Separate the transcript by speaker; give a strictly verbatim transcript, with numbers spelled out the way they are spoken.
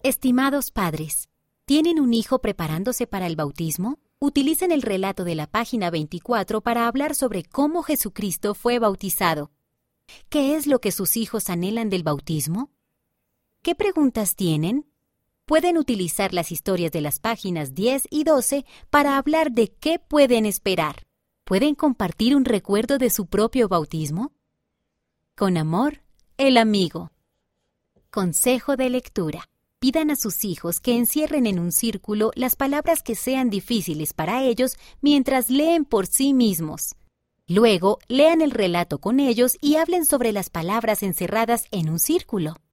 Speaker 1: Estimados padres, ¿tienen un hijo preparándose para el bautismo? Utilicen el relato de la página veinticuatro para hablar sobre cómo Jesucristo fue bautizado. ¿Qué es lo que sus hijos anhelan del bautismo? ¿Qué preguntas tienen? Pueden utilizar las historias de las páginas diez y doce para hablar de qué pueden esperar. ¿Pueden compartir un recuerdo de su propio bautismo? Con amor, el amigo. Consejo de lectura. Pidan a sus hijos que encierren en un círculo las palabras que sean difíciles para ellos mientras leen por sí mismos. Luego, lean el relato con ellos y hablen sobre las palabras encerradas en un círculo.